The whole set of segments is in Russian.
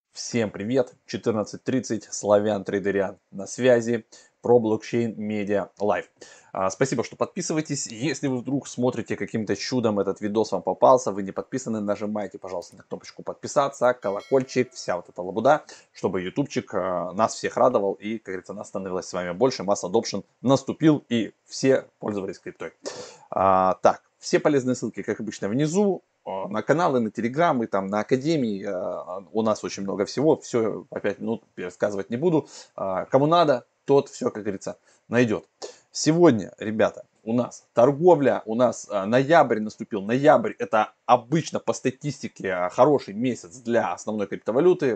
Всем привет! 14:30, Славян Трейдерян на связи, про блокчейн Медиа Лайв. Спасибо, что подписываетесь. Если вы вдруг смотрите каким-то чудом этот видос вам попался, вы не подписаны, нажимайте, пожалуйста, на кнопочку подписаться, колокольчик, вся вот эта лабуда, чтобы ютубчик нас всех радовал и, как говорится, нас становилось с вами больше, масс adoption наступил и все пользовались криптой. Так, все полезные ссылки, как обычно, внизу. На каналы, на телеграммы, там, на академии. У нас очень много всего. Все по 5 минут пересказывать не буду. Кому надо, тот все, как говорится, найдет. Сегодня, ребята, у нас торговля, у нас ноябрь наступил. Ноябрь это обычно по статистике хороший месяц для основной криптовалюты.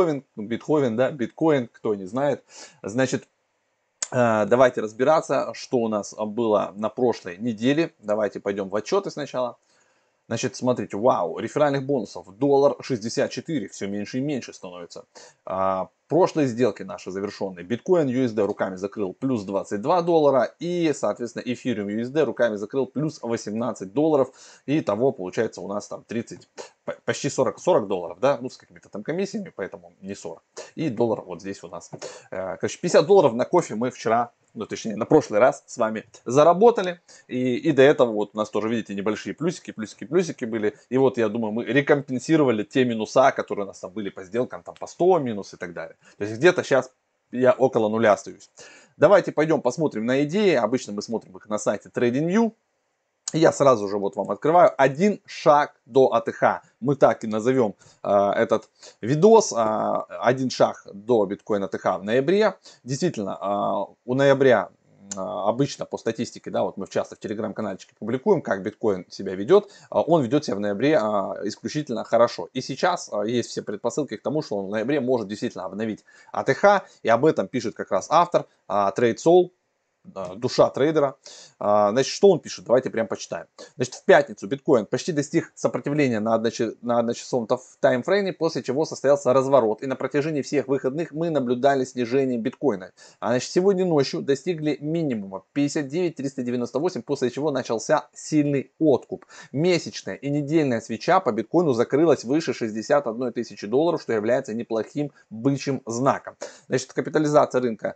Биткоин, кто не знает. Значит, давайте разбираться, что у нас было на прошлой неделе. Давайте пойдем в отчеты сначала. Значит, смотрите, вау, реферальных бонусов, $1.64, все меньше и меньше становится. Прошлые сделки наши завершенные. Биткоин USD руками закрыл плюс $22. И, соответственно, эфириум USD руками закрыл плюс $18. И того получается у нас там 30, почти $40, да, ну с какими-то там комиссиями, поэтому не 40. И доллар вот здесь у нас. Короче, $50 на кофе мы вчера, ну точнее на прошлый раз с вами заработали. И до этого вот у нас тоже, видите, небольшие плюсики были. И вот я думаю, мы рекомпенсировали те минуса, которые у нас там были по сделкам, там по 100 минус и так далее. То есть где-то сейчас я около нуля остаюсь. Давайте пойдем посмотрим на идеи. Обычно мы смотрим их на сайте TradingView. Я сразу же вот вам открываю один шаг до АТХ. Мы так и назовем этот видос. Один шаг до биткоина АТХ в ноябре. Действительно, у ноября обычно по статистике, да, вот мы часто в телеграм-канальчике публикуем, как биткоин себя ведет. Он ведет себя в ноябре исключительно хорошо. И сейчас есть все предпосылки к тому, что он в ноябре может действительно обновить АТХ. И об этом пишет как раз автор TradeSoul, душа трейдера. Значит, что он пишет? Давайте прям почитаем. Значит, в пятницу биткоин почти достиг сопротивления на одночасовом таймфрейме, после чего состоялся разворот. И на протяжении всех выходных мы наблюдали снижение биткоина. Значит, сегодня ночью достигли минимума 59 398, после чего начался сильный откуп. Месячная и недельная свеча по биткоину закрылась выше 61 тысячи долларов, что является неплохим бычьим знаком. Значит, капитализация рынка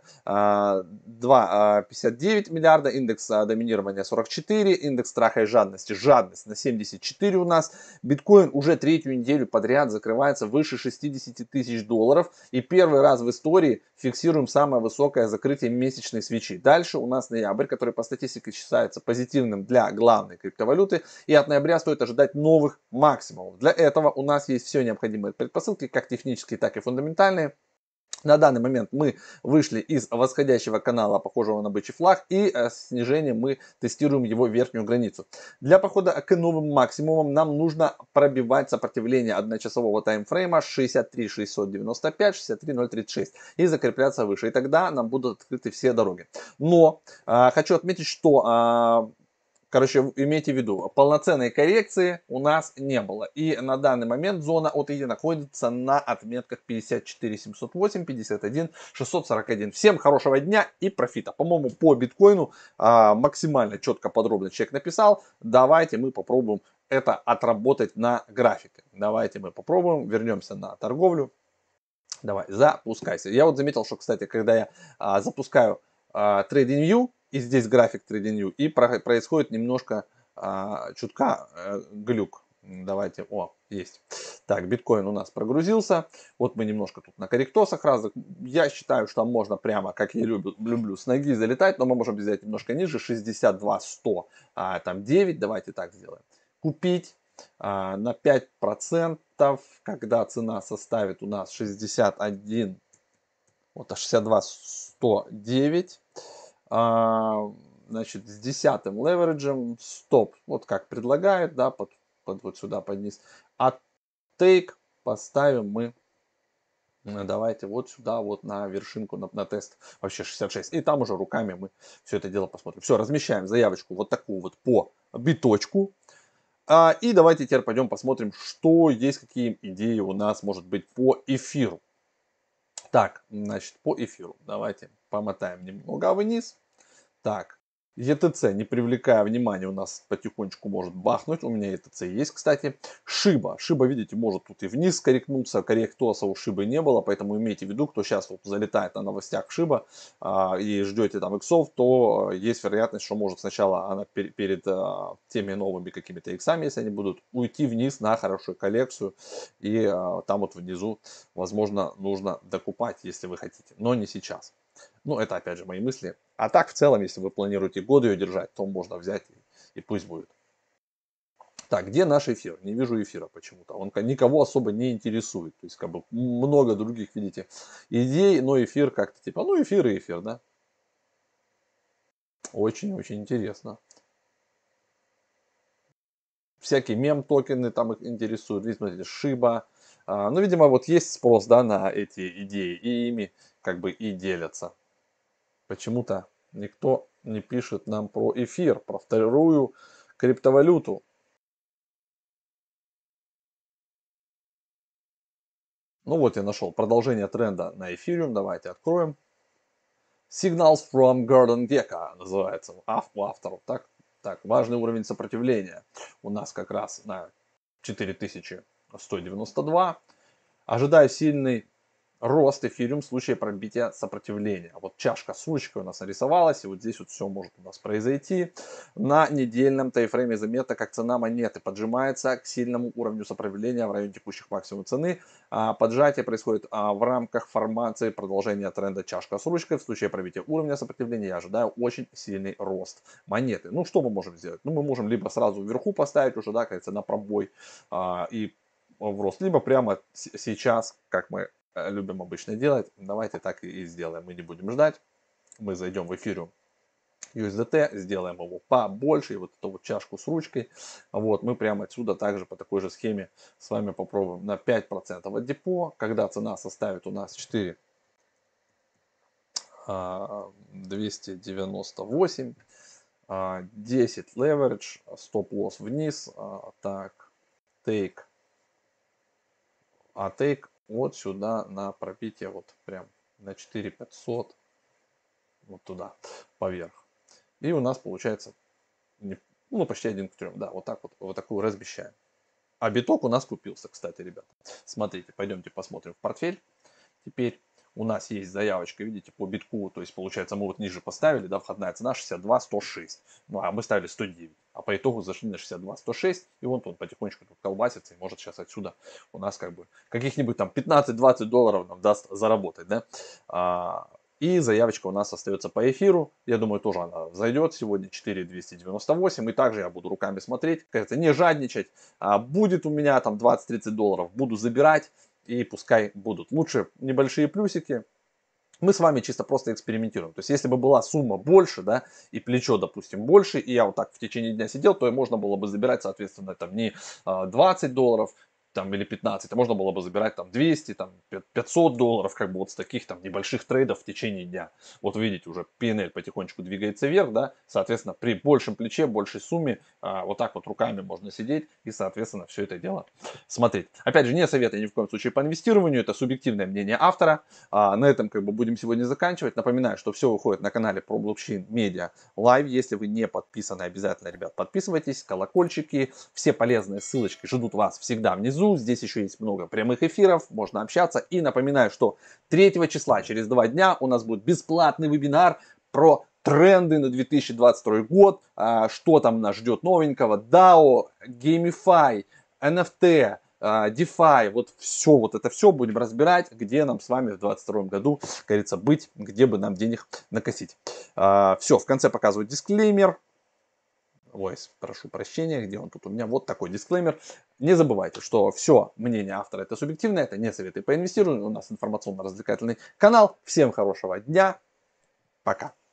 2,59 миллиарда, индекс доминирования 44, индекс страха и жадности, жадность на 74 у нас. Биткоин уже третью неделю подряд закрывается выше 60 тысяч долларов. И первый раз в истории фиксируем самое высокое закрытие месячной свечи. Дальше у нас ноябрь, который по статистике считается позитивным для главной криптовалюты. И от ноября стоит ожидать новых максимумов. Для этого у нас есть все необходимые предпосылки, как технические, так и фундаментальные. На данный момент мы вышли из восходящего канала, похожего на бычий флаг, и снижением мы тестируем его верхнюю границу. Для похода к новым максимумам нам нужно пробивать сопротивление одночасового таймфрейма 63 695, 63 036 и закрепляться выше. И тогда нам будут открыты все дороги. Но хочу отметить, что короче, имейте в виду, полноценной коррекции у нас не было. И на данный момент зона OTI находится на отметках 54 708, 51 641. Всем хорошего дня и профита. По-моему, по биткоину максимально четко, подробно человек написал. Давайте мы попробуем это отработать на графике. Давайте мы попробуем, вернемся на торговлю. Давай, запускайся. Я вот заметил, что, кстати, когда я запускаю TradingView, и здесь график TradingView, и происходит немножко чутка глюк. Давайте, есть. Так, биткоин у нас прогрузился. Вот мы немножко тут на корректосах разных. Я считаю, что там можно прямо, как я люблю, с ноги залетать, но мы можем взять немножко ниже, 62 100, там 9, давайте так сделаем. Купить на 5%, когда цена составит у нас 61, вот 62 109, значит, с 10-м левериджем, стоп, вот как предлагают, да, под вот сюда, под низ. А тейк поставим мы, давайте вот сюда, вот на вершинку, на тест, вообще 66. И там уже руками мы все это дело посмотрим. Все, размещаем заявочку вот такую вот по биточку. И давайте теперь пойдем посмотрим, что есть, какие идеи у нас может быть по эфиру. Так, значит, по эфиру. Давайте помотаем немного вниз. Так, ETC, не привлекая внимания, у нас потихонечку может бахнуть. У меня ETC есть, кстати. Шиба. Шиба, видите, может тут и вниз корректнуться. Корректоса у Шибы не было, поэтому имейте в виду, кто сейчас вот залетает на новостях в Шиба и ждете там иксов, то есть вероятность, что может сначала она перед теми новыми какими-то иксами, если они будут, уйти вниз на хорошую коллекцию. И там вот внизу, возможно, нужно докупать, если вы хотите. Но не сейчас. Ну, это опять же мои мысли. А так, в целом, если вы планируете год ее держать, то можно взять и пусть будет. Так, где наш эфир? Не вижу эфира почему-то. Он никого особо не интересует. То есть, как бы много других, видите, идей, но эфир как-то типа, ну, эфир и эфир, да? Очень-очень интересно. Всякие мем-токены там их интересуют. Видите, смотрите, Шиба. Ну, видимо, вот есть спрос, да, на эти идеи, и ими как бы и делятся. Почему-то никто не пишет нам про эфир, про вторую криптовалюту. Ну вот я нашел продолжение тренда на эфириум. Давайте откроем. Signals from Gordon Gekko называется у авторов. Так, важный уровень сопротивления у нас как раз на 4192. Ожидаю сильный рост эфириум в случае пробития сопротивления. Вот чашка с ручкой у нас нарисовалась, и вот здесь вот все может у нас произойти. На недельном таймфрейме заметно, как цена монеты поджимается к сильному уровню сопротивления в районе текущих максимум цены. Поджатие происходит в рамках формации продолжения тренда чашка с ручкой. В случае пробития уровня сопротивления я ожидаю очень сильный рост монеты. Ну, что мы можем сделать? Ну, мы можем либо сразу вверху поставить уже, да, кажется, на пробой и в рост, либо прямо сейчас, как мы любим обычно делать, давайте так и сделаем. Мы не будем ждать, мы зайдем в эфириум USDT, сделаем его побольше, и вот эту вот чашку с ручкой, вот, мы прямо отсюда также по такой же схеме с вами попробуем на 5% от депо, когда цена составит у нас 4 298, 10 leverage, стоп-лосс вниз, так, take, take вот сюда на пробитие, вот прям на 4500, вот туда, поверх. И у нас получается, ну, почти 1 к 3, да, вот так вот такую размещаем. А биток у нас купился, кстати, ребята. Смотрите, пойдемте посмотрим в портфель. Теперь у нас есть заявочка, видите, по битку, то есть получается мы вот ниже поставили, да, входная цена 62 106, ну а мы ставили 109, а по итогу зашли на 62 106, и вот он потихонечку тут колбасится, и может сейчас отсюда у нас как бы каких-нибудь там 15-20 долларов нам даст заработать, да. И заявочка у нас остается по эфиру. Я думаю, тоже она зайдет сегодня 4298. И также я буду руками смотреть. Кажется, не жадничать. Будет у меня там 20-30 долларов. Буду забирать. И пускай будут. Лучше небольшие плюсики. Мы с вами чисто просто экспериментируем. То есть, если бы была сумма больше, да, и плечо, допустим, больше, и я вот так в течение дня сидел, то можно было бы забирать, соответственно, там не 20 долларов, там, или 15, а можно было бы забирать там 200, там 500 долларов, как бы вот с таких там небольших трейдов в течение дня. Вот видите, уже PNL потихонечку двигается вверх, да, соответственно, при большем плече, большей сумме, вот так вот руками можно сидеть и, соответственно, все это дело смотреть. Опять же, не советую ни в коем случае по инвестированию, это субъективное мнение автора. На этом как бы будем сегодня заканчивать. Напоминаю, что все выходит на канале про блокчейн медиа лайв. Если вы не подписаны, обязательно, ребят, подписывайтесь, колокольчики, все полезные ссылочки ждут вас всегда внизу. Здесь еще есть много прямых эфиров, можно общаться. И напоминаю, что 3 числа, через 2 дня, у нас будет бесплатный вебинар про тренды на 2022 год, что там нас ждет новенького, DAO, Gamify, NFT, DeFi, вот все, вот это все будем разбирать, где нам с вами в 2022 году, как говорится, быть, где бы нам денег накосить. Все, в конце показываю дисклеймер. Ой, прошу прощения, где он тут у меня? Вот такой дисклеймер. Не забывайте, что все мнение автора это субъективное, это не советы по инвестированию. У нас информационно-развлекательный канал. Всем хорошего дня. Пока.